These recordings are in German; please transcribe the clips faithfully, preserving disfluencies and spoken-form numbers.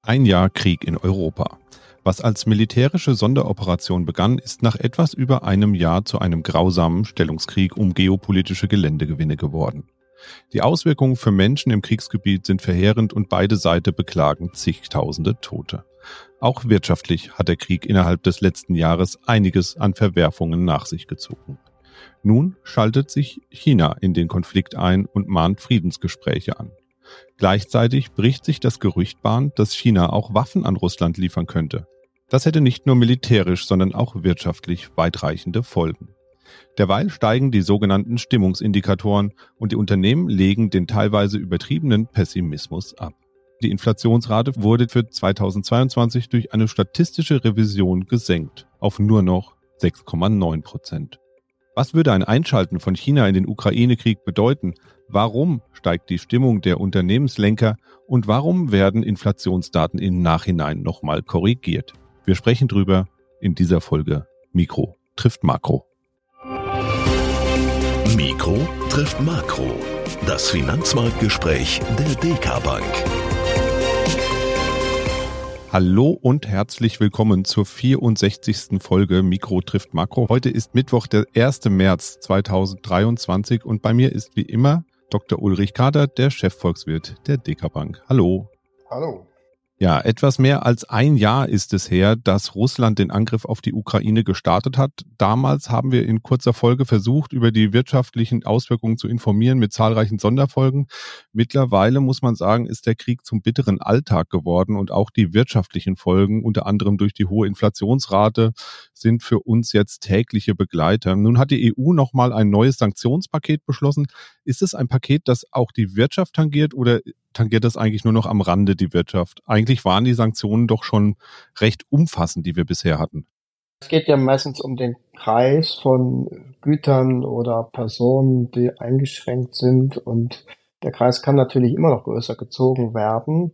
Ein Jahr Krieg in Europa. Was als militärische Sonderoperation begann, ist nach etwas über einem Jahr zu einem grausamen Stellungskrieg um geopolitische Geländegewinne geworden. Die Auswirkungen für Menschen im Kriegsgebiet sind verheerend und beide Seiten beklagen zigtausende Tote. Auch wirtschaftlich hat der Krieg innerhalb des letzten Jahres einiges an Verwerfungen nach sich gezogen. Nun schaltet sich China in den Konflikt ein und mahnt Friedensgespräche an. Gleichzeitig bricht sich das Gerücht Bahn, dass China auch Waffen an Russland liefern könnte. Das hätte nicht nur militärisch, sondern auch wirtschaftlich weitreichende Folgen. Derweil steigen die sogenannten Stimmungsindikatoren und die Unternehmen legen den teilweise übertriebenen Pessimismus ab. Die Inflationsrate wurde für zweitausendzweiundzwanzig durch eine statistische Revision gesenkt auf nur noch sechs Komma neun Prozent. Was würde ein Einschalten von China in den Ukraine-Krieg bedeuten? Warum steigt die Stimmung der Unternehmenslenker und warum werden Inflationsdaten im Nachhinein nochmal korrigiert? Wir sprechen drüber in dieser Folge Mikro trifft Makro. Mikro trifft Makro. Das Finanzmarktgespräch der D K Bank. Hallo und herzlich willkommen zur vierundsechzigsten Folge Mikro trifft Makro. Heute ist Mittwoch, der erster März zweitausenddreiundzwanzig und bei mir ist wie immer Doktor Ulrich Kader, der Chefvolkswirt der D K Bank. Hallo. Hallo. Ja, etwas mehr als ein Jahr ist es her, dass Russland den Angriff auf die Ukraine gestartet hat. Damals haben wir in kurzer Folge versucht, über die wirtschaftlichen Auswirkungen zu informieren mit zahlreichen Sonderfolgen. Mittlerweile muss man sagen, ist der Krieg zum bitteren Alltag geworden und auch die wirtschaftlichen Folgen, unter anderem durch die hohe Inflationsrate, sind für uns jetzt tägliche Begleiter. Nun hat die E U nochmal ein neues Sanktionspaket beschlossen. Ist es ein Paket, das auch die Wirtschaft tangiert oder tangiert das eigentlich nur noch am Rande die Wirtschaft? Eigentlich waren die Sanktionen doch schon recht umfassend, die wir bisher hatten. Es geht ja meistens um den Kreis von Gütern oder Personen, die eingeschränkt sind, und der Kreis kann natürlich immer noch größer gezogen werden.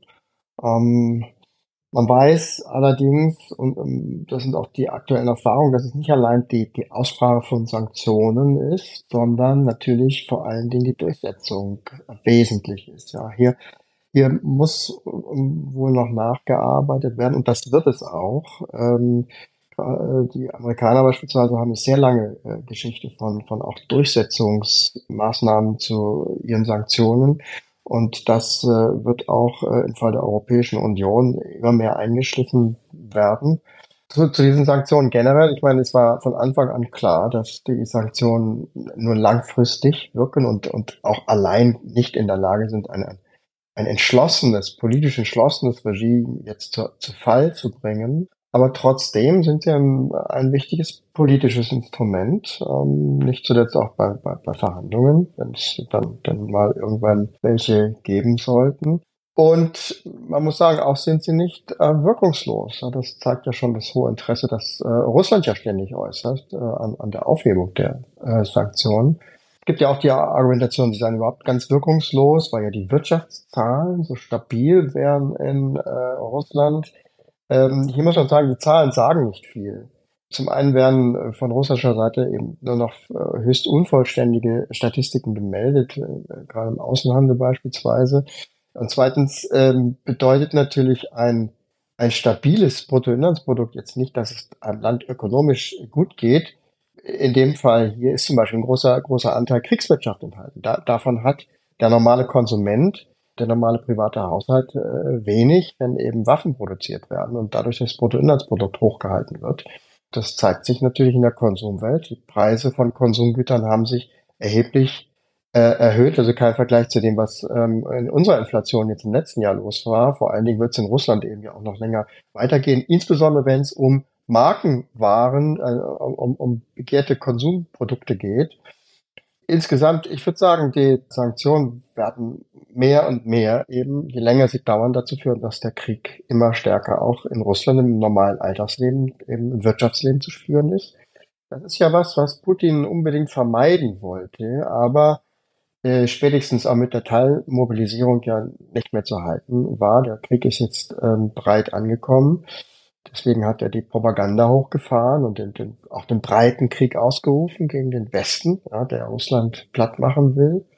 Ähm, man weiß allerdings, und ähm, das sind auch die aktuellen Erfahrungen, dass es nicht allein die, die Aussprache von Sanktionen ist, sondern natürlich vor allen Dingen die Durchsetzung wesentlich ist. Ja, hier Hier muss ähm, wohl noch nachgearbeitet werden, und das wird es auch. Ähm, äh, die Amerikaner beispielsweise haben eine sehr lange äh, Geschichte von, von auch Durchsetzungsmaßnahmen zu ihren Sanktionen. Und das äh, wird auch äh, im Fall der Europäischen Union immer mehr eingeschliffen werden. Zu, zu diesen Sanktionen generell, ich meine, es war von Anfang an klar, dass die Sanktionen nur langfristig wirken und, und auch allein nicht in der Lage sind, eine ein entschlossenes, politisch entschlossenes Regime jetzt zu, zu Fall zu bringen. Aber trotzdem sind sie ein, ein wichtiges politisches Instrument, ähm, nicht zuletzt auch bei, bei, bei Verhandlungen, wenn es dann, dann mal irgendwann welche geben sollten. Und man muss sagen, auch sind sie nicht äh, wirkungslos. Das zeigt ja schon das hohe Interesse, das äh, Russland ja ständig äußert äh, an, an der Aufhebung der äh, Sanktionen. Es gibt ja auch die Argumentation, die seien überhaupt ganz wirkungslos, weil ja die Wirtschaftszahlen so stabil wären in äh, Russland. Ähm, hier muss man sagen, die Zahlen sagen nicht viel. Zum einen werden äh, von russischer Seite eben nur noch äh, höchst unvollständige Statistiken gemeldet, äh, gerade im Außenhandel beispielsweise. Und zweitens ähm, bedeutet natürlich ein, ein stabiles Bruttoinlandsprodukt jetzt nicht, dass es einem Land ökonomisch gut geht. In dem Fall hier ist zum Beispiel ein großer, großer Anteil Kriegswirtschaft enthalten. Da, davon hat der normale Konsument, der normale private Haushalt äh, wenig, wenn eben Waffen produziert werden und dadurch das Bruttoinlandsprodukt hochgehalten wird. Das zeigt sich natürlich in der Konsumwelt. Die Preise von Konsumgütern haben sich erheblich äh, erhöht, also kein Vergleich zu dem, was ähm, in unserer Inflation jetzt im letzten Jahr los war. Vor allen Dingen wird es in Russland eben ja auch noch länger weitergehen, insbesondere wenn es um Markenwaren, äh, um, um begehrte Konsumprodukte geht. Insgesamt, ich würde sagen, die Sanktionen werden mehr und mehr eben, je länger sie dauern, dazu führen, dass der Krieg immer stärker auch in Russland im normalen Alltagsleben, im Wirtschaftsleben zu spüren ist. Das ist ja was, was Putin unbedingt vermeiden wollte, aber äh, spätestens auch mit der Teilmobilisierung ja nicht mehr zu halten war. Der Krieg ist jetzt ähm, breit angekommen. Deswegen hat er die Propaganda hochgefahren und den, den, auch den breiten Krieg ausgerufen gegen den Westen, ja, der Russland platt machen will.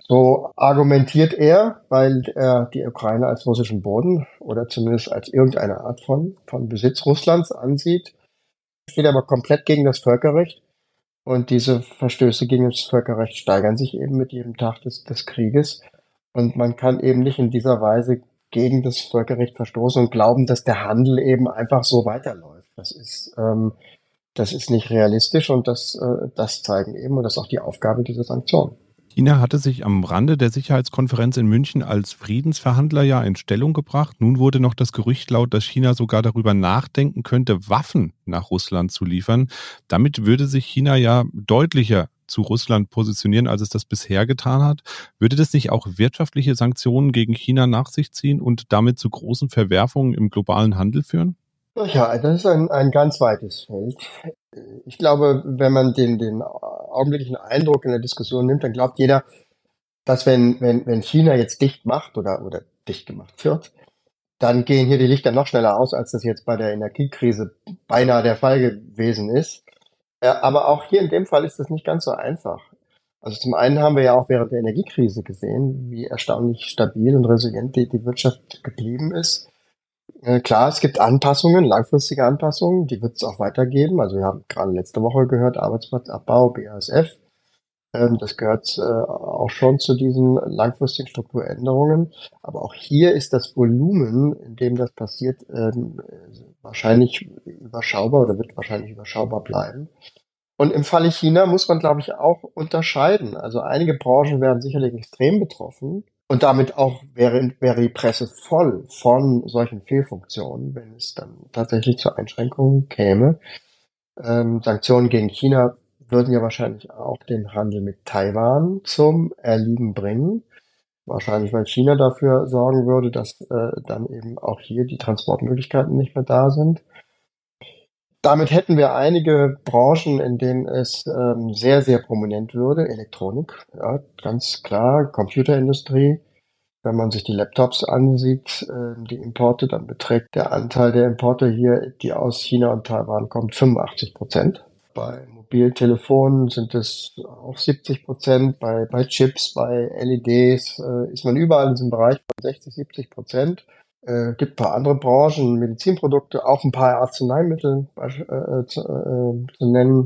So argumentiert er, weil er die Ukraine als russischen Boden oder zumindest als irgendeine Art von, von Besitz Russlands ansieht, steht aber komplett gegen das Völkerrecht. Und diese Verstöße gegen das Völkerrecht steigern sich eben mit jedem Tag des, des Krieges. Und man kann eben nicht in dieser Weise gegen das Völkerrecht verstoßen und glauben, dass der Handel eben einfach so weiterläuft. Das ist, ähm, das ist nicht realistisch und das, äh, das zeigen eben, und das ist auch die Aufgabe dieser Sanktionen. China hatte sich am Rande der Sicherheitskonferenz in München als Friedensverhandler ja in Stellung gebracht. Nun wurde noch das Gerücht laut, dass China sogar darüber nachdenken könnte, Waffen nach Russland zu liefern. Damit würde sich China ja deutlicher zu Russland positionieren, als es das bisher getan hat. Würde das nicht auch wirtschaftliche Sanktionen gegen China nach sich ziehen und damit zu großen Verwerfungen im globalen Handel führen? Ja, das ist ein, ein ganz weites Feld. Ich glaube, wenn man den, den augenblicklichen Eindruck in der Diskussion nimmt, dann glaubt jeder, dass wenn, wenn, wenn China jetzt dicht macht oder, oder dicht gemacht wird, dann gehen hier die Lichter noch schneller aus, als das jetzt bei der Energiekrise beinahe der Fall gewesen ist. Ja, aber auch hier in dem Fall ist das nicht ganz so einfach. Also zum einen haben wir ja auch während der Energiekrise gesehen, wie erstaunlich stabil und resilient die, die Wirtschaft geblieben ist. Äh, klar, es gibt Anpassungen, langfristige Anpassungen, die wird es auch weitergeben. Also wir haben gerade letzte Woche gehört, Arbeitsplatzabbau, B A S F. Ähm, das gehört äh, auch schon zu diesen langfristigen Strukturänderungen. Aber auch hier ist das Volumen, in dem das passiert, ähm, wahrscheinlich überschaubar oder wird wahrscheinlich überschaubar bleiben. Und im Falle China muss man, glaube ich, auch unterscheiden. Also einige Branchen werden sicherlich extrem betroffen. Und damit auch wäre, wäre die Presse voll von solchen Fehlfunktionen, wenn es dann tatsächlich zu Einschränkungen käme. Ähm, Sanktionen gegen China würden ja wahrscheinlich auch den Handel mit Taiwan zum Erliegen bringen. Wahrscheinlich, weil China dafür sorgen würde, dass äh, dann eben auch hier die Transportmöglichkeiten nicht mehr da sind. Damit hätten wir einige Branchen, in denen es ähm, sehr, sehr prominent würde. Elektronik, ja, ganz klar, Computerindustrie. Wenn man sich die Laptops ansieht, äh, die Importe, dann beträgt der Anteil der Importe hier, die aus China und Taiwan kommen, fünfundachtzig Prozent. Bei Mobiltelefonen sind es auch siebzig Prozent. Bei, bei Chips, bei L E Ds äh, ist man überall in diesem Bereich von sechzig, siebzig Prozent. Äh, gibt ein paar andere Branchen, Medizinprodukte, auch ein paar Arzneimittel äh, zu, äh, zu nennen.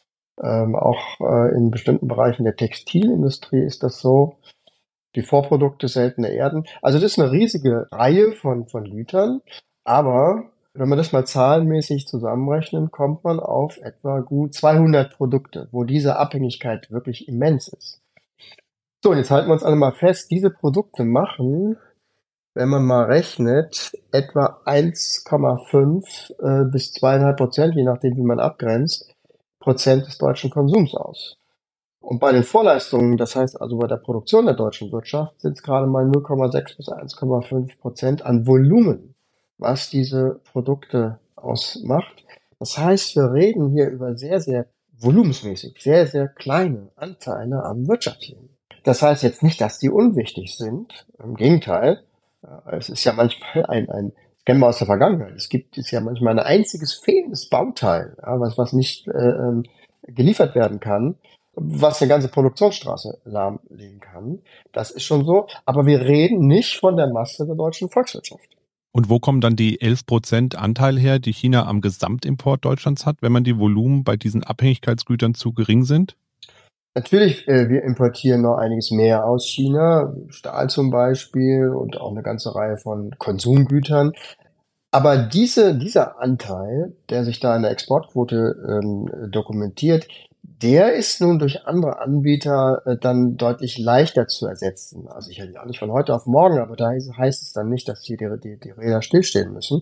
Ähm, auch äh, in bestimmten Bereichen der Textilindustrie ist das so. Die Vorprodukte seltene Erden. Also das ist eine riesige Reihe von, von Gütern. Aber wenn man das mal zahlenmäßig zusammenrechnet, kommt man auf etwa gut zweihundert Produkte, wo diese Abhängigkeit wirklich immens ist. So, und jetzt halten wir uns alle mal fest, diese Produkte machen, wenn man mal rechnet, etwa eins Komma fünf äh, bis zwei Komma fünf Prozent, je nachdem wie man abgrenzt, Prozent des deutschen Konsums aus. Und bei den Vorleistungen, das heißt also bei der Produktion der deutschen Wirtschaft, sind es gerade mal null Komma sechs bis eins Komma fünf Prozent an Volumen, was diese Produkte ausmacht. Das heißt, wir reden hier über sehr, sehr volumensmäßig, sehr, sehr kleine Anteile am Wirtschaftsleben. Das heißt jetzt nicht, dass die unwichtig sind. Im Gegenteil, es ist ja manchmal ein, ein das kennen wir aus der Vergangenheit, es gibt es ja manchmal ein einziges fehlendes Bauteil, ja, was, was nicht äh, geliefert werden kann, was eine ganze Produktionsstraße lahmlegen kann. Das ist schon so. Aber wir reden nicht von der Masse der deutschen Volkswirtschaft. Und wo kommen dann die elf Prozent Anteil her, die China am Gesamtimport Deutschlands hat, wenn man die Volumen bei diesen Abhängigkeitsgütern zu gering sind? Natürlich, äh, wir importieren noch einiges mehr aus China, Stahl zum Beispiel und auch eine ganze Reihe von Konsumgütern. Aber diese, dieser Anteil, der sich da in der Exportquote ähm, dokumentiert, der ist nun durch andere Anbieter äh, dann deutlich leichter zu ersetzen. Also sicherlich auch nicht von heute auf morgen, aber da heißt, heißt es dann nicht, dass hier die, die, die Räder stillstehen müssen.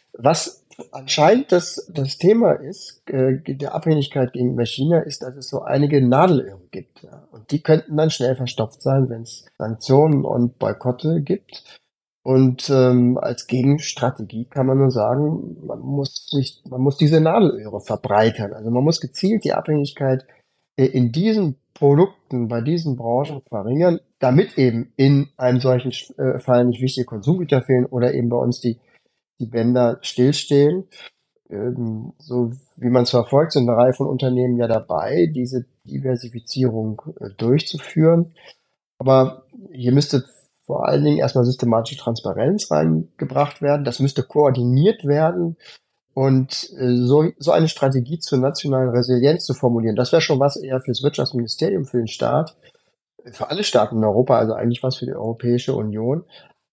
Was anscheinend das, das Thema ist, äh, der Abhängigkeit gegenüber China, ist, dass es so einige Nadelöhre gibt. Ja. Und die könnten dann schnell verstopft sein, wenn es Sanktionen und Boykotte gibt. Und ähm, als Gegenstrategie kann man nur sagen, man muss sich, man muss diese Nadelöhre verbreitern. Also man muss gezielt die Abhängigkeit äh, in diesen Produkten, bei diesen Branchen verringern, damit eben in einem solchen äh, Fall nicht wichtige Konsumgüter fehlen oder eben bei uns die die Bänder stillstehen. Ähm, so wie man es verfolgt, sind eine Reihe von Unternehmen ja dabei, diese Diversifizierung äh, durchzuführen. Aber hier müsste vor allen Dingen erstmal systematische Transparenz reingebracht werden. Das müsste koordiniert werden. Und äh, so, so eine Strategie zur nationalen Resilienz zu formulieren, das wäre schon was eher fürs Wirtschaftsministerium, für den Staat, für alle Staaten in Europa, also eigentlich was für die Europäische Union.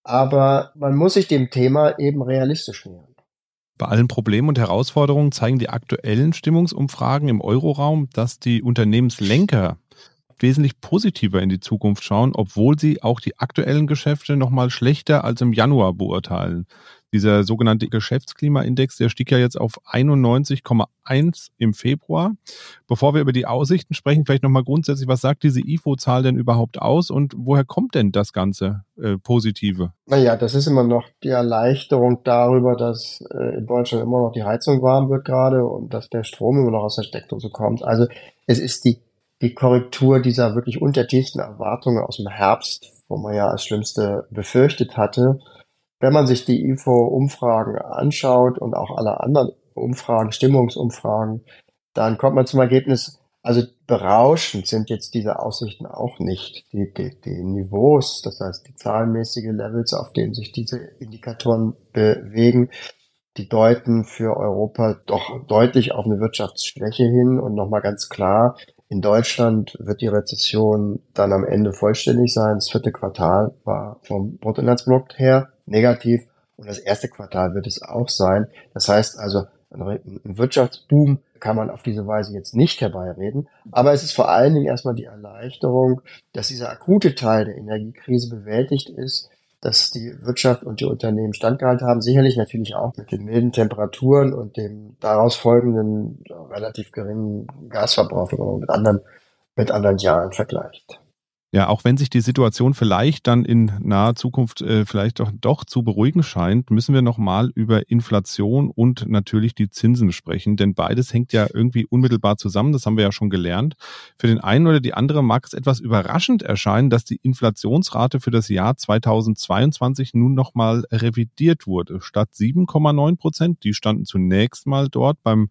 Aber man muss sich dem Thema eben realistisch nähern. Bei allen Problemen und Herausforderungen zeigen die aktuellen Stimmungsumfragen im Euroraum, dass die Unternehmenslenker wesentlich positiver in die Zukunft schauen, obwohl sie auch die aktuellen Geschäfte noch mal schlechter als im Januar beurteilen. Dieser sogenannte Geschäftsklimaindex, der stieg ja jetzt auf einundneunzig Komma eins im Februar. Bevor wir über die Aussichten sprechen, vielleicht nochmal grundsätzlich, was sagt diese I F O-Zahl denn überhaupt aus und woher kommt denn das ganze äh, Positive? Naja, das ist immer noch die Erleichterung darüber, dass äh, in Deutschland immer noch die Heizung warm wird gerade und dass der Strom immer noch aus der Steckdose kommt. Also es ist die, die Korrektur dieser wirklich untertiefsten Erwartungen aus dem Herbst, wo man ja als Schlimmste befürchtet hatte. Wenn man sich die I F O-Umfragen anschaut und auch alle anderen Umfragen, Stimmungsumfragen, dann kommt man zum Ergebnis, also berauschend sind jetzt diese Aussichten auch nicht. Die, die, die Niveaus, das heißt die zahlenmäßige Levels, auf denen sich diese Indikatoren bewegen, die deuten für Europa doch deutlich auf eine Wirtschaftsschwäche hin. Und nochmal ganz klar, in Deutschland wird die Rezession dann am Ende vollständig sein. Das vierte Quartal war vom Bruttoinlandsprodukt her negativ und das erste Quartal wird es auch sein. Das heißt also, ein Wirtschaftsboom kann man auf diese Weise jetzt nicht herbeireden. Aber es ist vor allen Dingen erstmal die Erleichterung, dass dieser akute Teil der Energiekrise bewältigt ist, dass die Wirtschaft und die Unternehmen standgehalten haben. Sicherlich natürlich auch mit den milden Temperaturen und dem daraus folgenden relativ geringen Gasverbrauch, wenn man mit anderen, mit anderen Jahren vergleicht. Ja, auch wenn sich die Situation vielleicht dann in naher Zukunft äh, vielleicht doch, doch zu beruhigen scheint, müssen wir nochmal über Inflation und natürlich die Zinsen sprechen, denn beides hängt ja irgendwie unmittelbar zusammen, das haben wir ja schon gelernt. Für den einen oder die andere mag es etwas überraschend erscheinen, dass die Inflationsrate für das Jahr zweitausendzweiundzwanzig nun nochmal revidiert wurde. Statt sieben Komma neun Prozent, die standen zunächst mal dort beim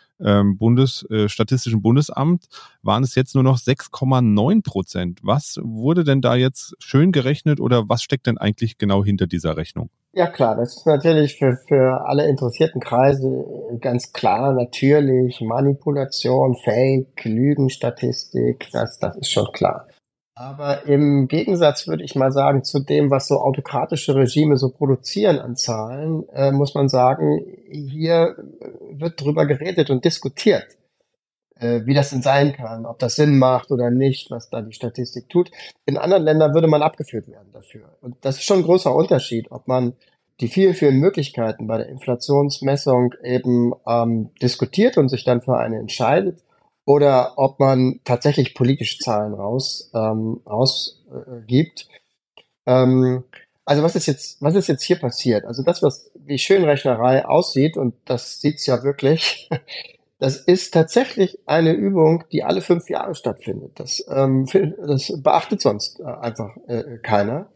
Bundes, äh, Statistischen Bundesamt, waren es jetzt nur noch sechs Komma neun Prozent. Was wurde denn da jetzt schön gerechnet oder was steckt denn eigentlich genau hinter dieser Rechnung? Ja klar, das ist natürlich für, für alle interessierten Kreise ganz klar, natürlich Manipulation, Fake, Lügenstatistik, das, das ist schon klar. Aber im Gegensatz würde ich mal sagen, zu dem, was so autokratische Regime so produzieren an Zahlen, äh, muss man sagen, hier wird drüber geredet und diskutiert, äh, wie das denn sein kann, ob das Sinn macht oder nicht, was da die Statistik tut. In anderen Ländern würde man abgeführt werden dafür. Und das ist schon ein großer Unterschied, ob man die vielen, vielen Möglichkeiten bei der Inflationsmessung eben ähm, diskutiert und sich dann für eine entscheidet, oder ob man tatsächlich politische Zahlen raus ähm, rausgibt. Äh, ähm, also was ist jetzt was ist jetzt hier passiert? Also das, was wie Schönrechnerei aussieht, und das sieht's ja wirklich, das ist tatsächlich eine Übung, die alle fünf Jahre stattfindet. Das, ähm, das beachtet sonst äh, einfach äh, keiner.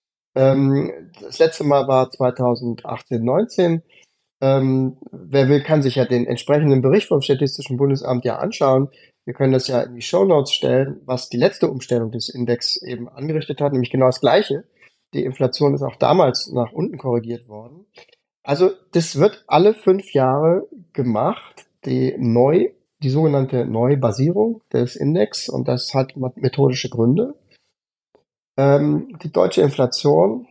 Ähm, das letzte Mal war zweitausendachtzehn, neunzehn. Ähm, wer will, kann sich ja den entsprechenden Bericht vom Statistischen Bundesamt ja anschauen. Wir können das ja in die Shownotes stellen, was die letzte Umstellung des Index eben angerichtet hat, nämlich genau das Gleiche. Die Inflation ist auch damals nach unten korrigiert worden. Also das wird alle fünf Jahre gemacht, die neu, die sogenannte Neubasierung des Index, und das hat methodische Gründe. Ähm, die deutsche Inflation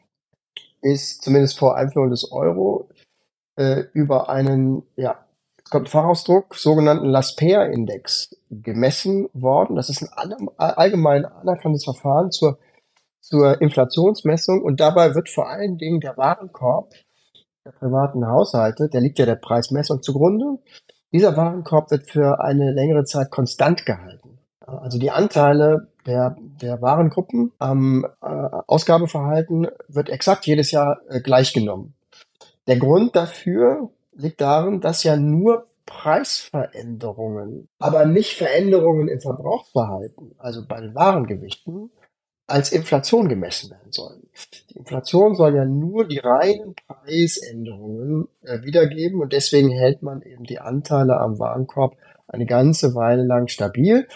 ist zumindest vor Einführung des Euro über einen, ja, es kommt Fachausdruck, sogenannten Laspea-Index gemessen worden. Das ist ein allgemein anerkanntes Verfahren zur, zur Inflationsmessung, und dabei wird vor allen Dingen der Warenkorb der privaten Haushalte, der liegt ja der Preismessung zugrunde, dieser Warenkorb wird für eine längere Zeit konstant gehalten. Also die Anteile der, der Warengruppen am äh, Ausgabeverhalten wird exakt jedes Jahr äh, gleichgenommen. Der Grund dafür liegt darin, dass ja nur Preisveränderungen, aber nicht Veränderungen im Verbrauchsverhalten, also bei den Warengewichten, als Inflation gemessen werden sollen. Die Inflation soll ja nur die reinen Preisänderungen äh, wiedergeben, und deswegen hält man eben die Anteile am Warenkorb eine ganze Weile lang stabil.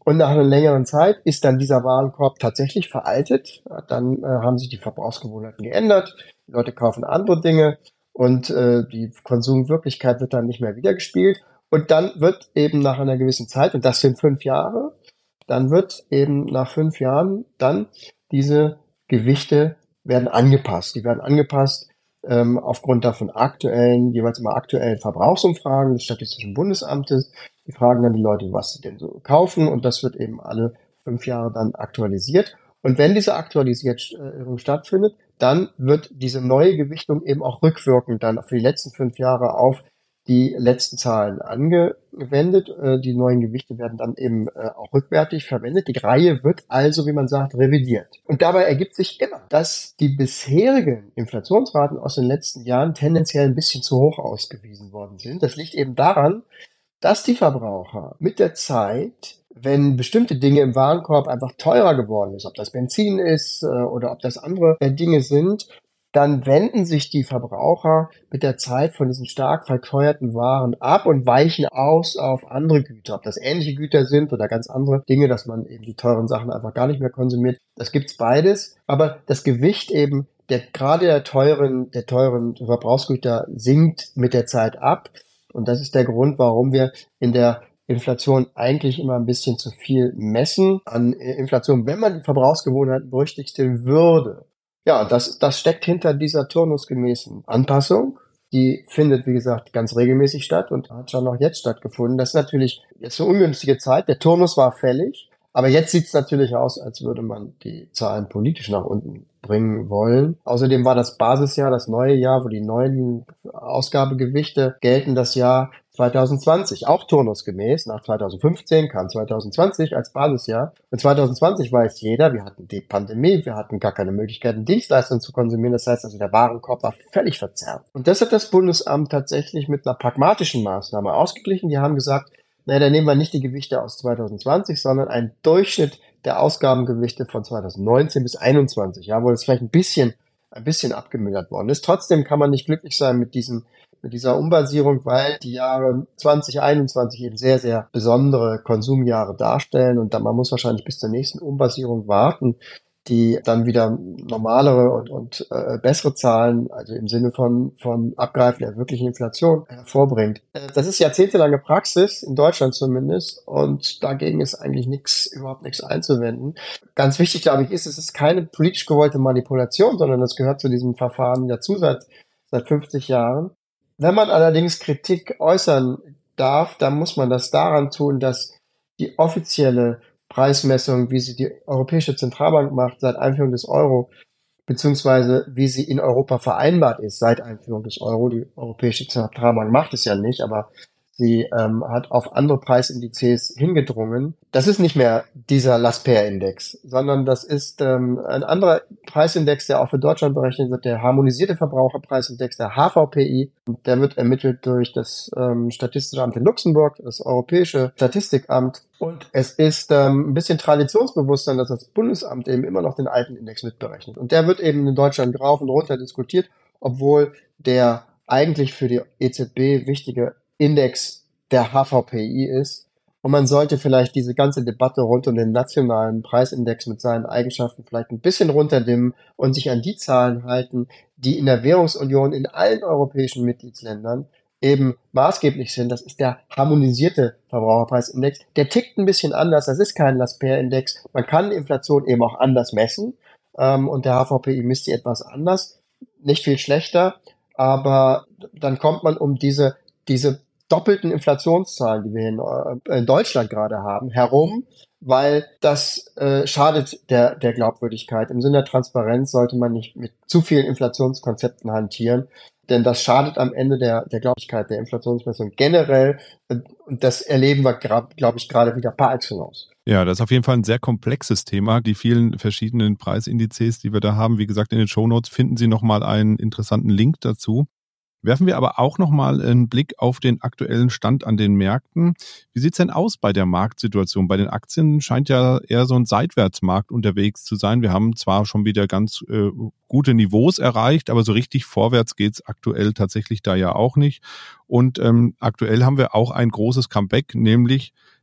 Und nach einer längeren Zeit ist dann dieser Warenkorb tatsächlich veraltet. Dann äh, haben sich die Verbrauchsgewohnheiten geändert. Die Leute kaufen andere Dinge und äh, die Konsumwirklichkeit wird dann nicht mehr wiedergespiegelt. Und dann wird eben nach einer gewissen Zeit, und das sind fünf Jahre, dann wird eben nach fünf Jahren dann diese Gewichte werden angepasst. Die werden angepasst ähm, aufgrund davon aktuellen, jeweils immer aktuellen Verbrauchsumfragen des Statistischen Bundesamtes. Die fragen dann die Leute, was sie denn so kaufen, und das wird eben alle fünf Jahre dann aktualisiert. Und wenn diese Aktualisierung stattfindet, dann wird diese neue Gewichtung eben auch rückwirkend dann für die letzten fünf Jahre auf die letzten Zahlen angewendet. Die neuen Gewichte werden dann eben auch rückwärtig verwendet. Die Reihe wird also, wie man sagt, revidiert. Und dabei ergibt sich immer, dass die bisherigen Inflationsraten aus den letzten Jahren tendenziell ein bisschen zu hoch ausgewiesen worden sind. Das liegt eben daran, dass die Verbraucher mit der Zeit, wenn bestimmte Dinge im Warenkorb einfach teurer geworden ist, ob das Benzin ist oder ob das andere Dinge sind, dann wenden sich die Verbraucher mit der Zeit von diesen stark verteuerten Waren ab und weichen aus auf andere Güter. Ob das ähnliche Güter sind oder ganz andere Dinge, dass man eben die teuren Sachen einfach gar nicht mehr konsumiert. Das gibt's beides. Aber das Gewicht eben, der gerade der teuren, der teuren Verbrauchsgüter sinkt mit der Zeit ab. Und das ist der Grund, warum wir in der Inflation eigentlich immer ein bisschen zu viel messen an Inflation, wenn man die Verbrauchsgewohnheiten berücksichtigen würde. Ja, das, das steckt hinter dieser turnusgemäßen Anpassung. Die findet, wie gesagt, ganz regelmäßig statt und hat schon noch jetzt stattgefunden. Das ist natürlich jetzt eine ungünstige Zeit. Der Turnus war fällig, aber jetzt sieht es natürlich aus, als würde man die Zahlen politisch nach unten bringen wollen. Außerdem war das Basisjahr, das neue Jahr, wo die neuen Ausgabegewichte gelten, das Jahr zwanzig zwanzig, auch turnusgemäß. Nach zwanzig fünfzehn kam zwanzig zwanzig als Basisjahr. Und zwanzig zwanzig weiß jeder, wir hatten die Pandemie, wir hatten gar keine Möglichkeiten, Dienstleistungen zu konsumieren. Das heißt also, der Warenkorb war völlig verzerrt. Und das hat das Bundesamt tatsächlich mit einer pragmatischen Maßnahme ausgeglichen. Die haben gesagt, naja, dann nehmen wir nicht die Gewichte aus zwanzig zwanzig, sondern einen Durchschnitt der Ausgabengewichte von zwanzig neunzehn bis einundzwanzig. Ja, wo das vielleicht ein bisschen, ein bisschen abgemildert worden ist. Trotzdem kann man nicht glücklich sein mit diesem mit dieser Umbasierung, weil die Jahre zwanzig einundzwanzig eben sehr, sehr besondere Konsumjahre darstellen und dann man muss wahrscheinlich bis zur nächsten Umbasierung warten, die dann wieder normalere und, und äh, bessere Zahlen, also im Sinne von von Abgreifen der wirklichen Inflation hervorbringt. Äh, das ist jahrzehntelange Praxis, in Deutschland zumindest, und dagegen ist eigentlich nichts, überhaupt nichts einzuwenden. Ganz wichtig, glaube ich, ist, es ist keine politisch gewollte Manipulation, sondern das gehört zu diesem Verfahren dazu seit seit fünfzig Jahren. Wenn man allerdings Kritik äußern darf, dann muss man das daran tun, dass die offizielle Preismessung, wie sie die Europäische Zentralbank macht seit Einführung des Euro, beziehungsweise wie sie in Europa vereinbart ist seit Einführung des Euro. Die Europäische Zentralbank macht es ja nicht, aber sie ähm, hat auf andere Preisindizes hingedrungen. Das ist nicht mehr dieser Lasper-Index, sondern das ist ähm, ein anderer Preisindex, der auch für Deutschland berechnet wird, der harmonisierte Verbraucherpreisindex, der H V P I. Der wird ermittelt durch das ähm, Statistische Amt in Luxemburg, das Europäische Statistikamt. Und es ist ähm, ein bisschen Traditionsbewusstsein, dass das Bundesamt eben immer noch den alten Index mitberechnet. Und der wird eben in Deutschland rauf und runter diskutiert, obwohl der eigentlich für die E Z B wichtige Index der H V P I ist. Und man sollte vielleicht diese ganze Debatte rund um den nationalen Preisindex mit seinen Eigenschaften vielleicht ein bisschen runterdimmen und sich an die Zahlen halten, die in der Währungsunion in allen europäischen Mitgliedsländern eben maßgeblich sind. Das ist der harmonisierte Verbraucherpreisindex. Der tickt ein bisschen anders. Das ist kein Lasper-Index. Man kann Inflation eben auch anders messen. Und der H V P I misst sie etwas anders. Nicht viel schlechter. Aber dann kommt man um diese, diese doppelten Inflationszahlen, die wir in, in Deutschland gerade haben, herum, weil das äh, schadet der, der Glaubwürdigkeit. Im Sinne der Transparenz sollte man nicht mit zu vielen Inflationskonzepten hantieren, denn das schadet am Ende der, der Glaubwürdigkeit der Inflationsmessung generell. Und das erleben wir, glaube ich, gerade wieder par excellence. Ja, das ist auf jeden Fall ein sehr komplexes Thema. Die vielen verschiedenen Preisindizes, die wir da haben, wie gesagt, in den Shownotes finden Sie nochmal einen interessanten Link dazu. Werfen wir aber auch nochmal einen Blick auf den aktuellen Stand an den Märkten. Wie sieht's denn aus bei der Marktsituation? Bei den Aktien scheint ja eher so ein Seitwärtsmarkt unterwegs zu sein. Wir haben zwar schon wieder ganz äh, gute Niveaus erreicht, aber so richtig vorwärts geht's aktuell tatsächlich da ja auch nicht. Und ähm, aktuell haben wir auch ein großes Comeback, nämlich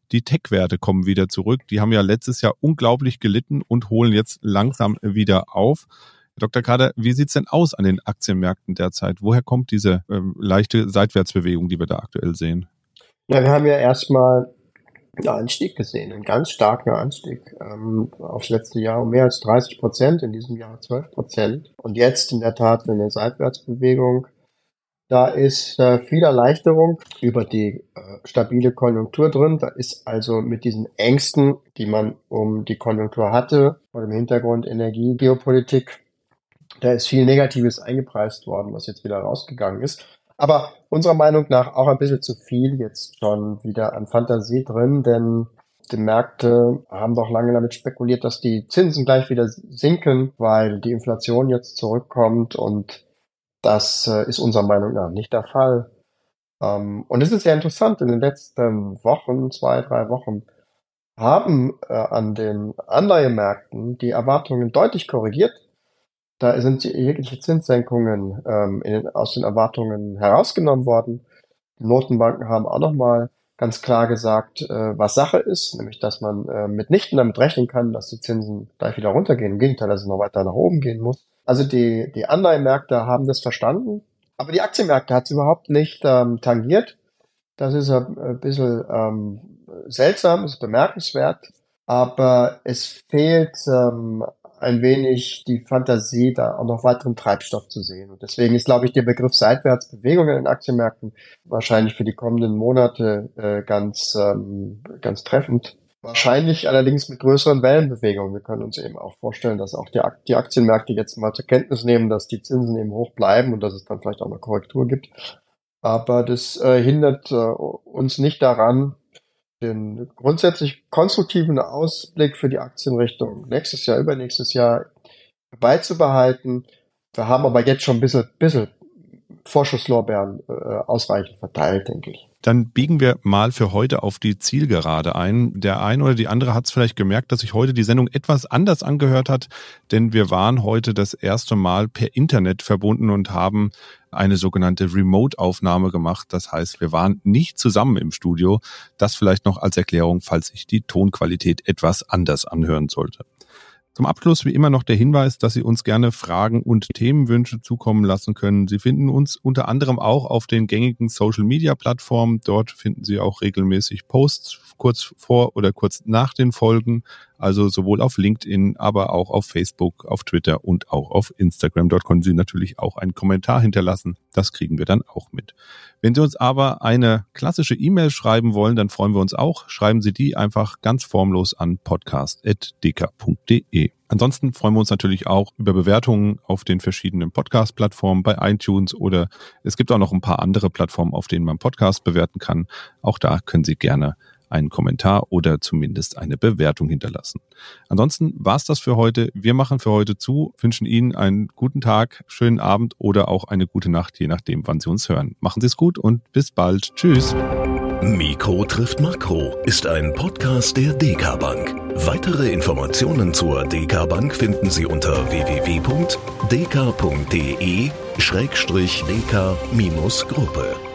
Die Tech-Werte kommen wieder zurück. Die haben ja letztes Jahr unglaublich gelitten und holen jetzt langsam wieder auf. Doktor Kader, wie sieht's denn aus an den Aktienmärkten derzeit? Woher kommt diese ähm, leichte Seitwärtsbewegung, die wir da aktuell sehen? Ja, wir haben ja erstmal einen Anstieg gesehen, einen ganz starken Anstieg ähm, aufs letzte Jahr um mehr als dreißig Prozent, in diesem Jahr zwölf Prozent. Und jetzt in der Tat eine Seitwärtsbewegung. Da ist äh, viel Erleichterung über die äh, stabile Konjunktur drin. Da ist also mit diesen Ängsten, die man um die Konjunktur hatte, vor dem Hintergrund Energie, Geopolitik, da ist viel Negatives eingepreist worden, was jetzt wieder rausgegangen ist. Aber unserer Meinung nach auch ein bisschen zu viel jetzt schon wieder an Fantasie drin, denn die Märkte haben doch lange damit spekuliert, dass die Zinsen gleich wieder sinken, weil die Inflation jetzt zurückkommt, und das äh, ist unserer Meinung nach nicht der Fall. Ähm, und es ist sehr interessant, in den letzten Wochen, zwei, drei Wochen, haben äh, an den Anleihemärkten die Erwartungen deutlich korrigiert. Da sind jegliche Zinssenkungen ähm, in den, aus den Erwartungen herausgenommen worden. Die Notenbanken haben auch nochmal ganz klar gesagt, äh, was Sache ist, nämlich dass man äh, mitnichten damit rechnen kann, dass die Zinsen gleich wieder runtergehen. Im Gegenteil, dass es noch weiter nach oben gehen muss. Also die, die Anleihemärkte haben das verstanden, aber die Aktienmärkte hat es überhaupt nicht ähm, tangiert. Das ist ein, ein bisschen ähm, seltsam, ist bemerkenswert, aber es fehlt ähm, ein wenig die Fantasie, da auch noch weiteren Treibstoff zu sehen. Und deswegen ist, glaube ich, der Begriff Seitwärtsbewegung in den Aktienmärkten wahrscheinlich für die kommenden Monate äh, ganz, ähm, ganz treffend. Wahrscheinlich allerdings mit größeren Wellenbewegungen. Wir können uns eben auch vorstellen, dass auch die, die Aktienmärkte jetzt mal zur Kenntnis nehmen, dass die Zinsen eben hoch bleiben und dass es dann vielleicht auch eine Korrektur gibt. Aber das äh, hindert äh, uns nicht daran, den grundsätzlich konstruktiven Ausblick für die Aktienrichtung nächstes Jahr, übernächstes Jahr beizubehalten. Wir haben aber jetzt schon ein bisschen, bisschen Vorschusslorbeeren äh, ausreichend verteilt, denke ich. Dann biegen wir mal für heute auf die Zielgerade ein. Der eine oder die andere hat es vielleicht gemerkt, dass sich heute die Sendung etwas anders angehört hat, denn wir waren heute das erste Mal per Internet verbunden und haben eine sogenannte Remote-Aufnahme gemacht. Das heißt, wir waren nicht zusammen im Studio. Das vielleicht noch als Erklärung, falls sich die Tonqualität etwas anders anhören sollte. Zum Abschluss wie immer noch der Hinweis, dass Sie uns gerne Fragen und Themenwünsche zukommen lassen können. Sie finden uns unter anderem auch auf den gängigen Social-Media-Plattformen. Dort finden Sie auch regelmäßig Posts kurz vor oder kurz nach den Folgen. Also sowohl auf LinkedIn, aber auch auf Facebook, auf Twitter und auch auf Instagram. Dort können Sie natürlich auch einen Kommentar hinterlassen. Das kriegen wir dann auch mit. Wenn Sie uns aber eine klassische E-Mail schreiben wollen, dann freuen wir uns auch. Schreiben Sie die einfach ganz formlos an podcast at d k punkt d e. Ansonsten freuen wir uns natürlich auch über Bewertungen auf den verschiedenen Podcast-Plattformen bei iTunes, oder es gibt auch noch ein paar andere Plattformen, auf denen man Podcast bewerten kann. Auch da können Sie gerne einen Kommentar oder zumindest eine Bewertung hinterlassen. Ansonsten war's das für heute. Wir machen für heute zu, wünschen Ihnen einen guten Tag, schönen Abend oder auch eine gute Nacht, je nachdem, wann Sie uns hören. Machen Sie es gut und bis bald. Tschüss. Mikro trifft Makro ist ein Podcast der D K Bank. Weitere Informationen zur D K Bank finden Sie unter w w w punkt d k punkt d e schrägstrich d k Gruppe.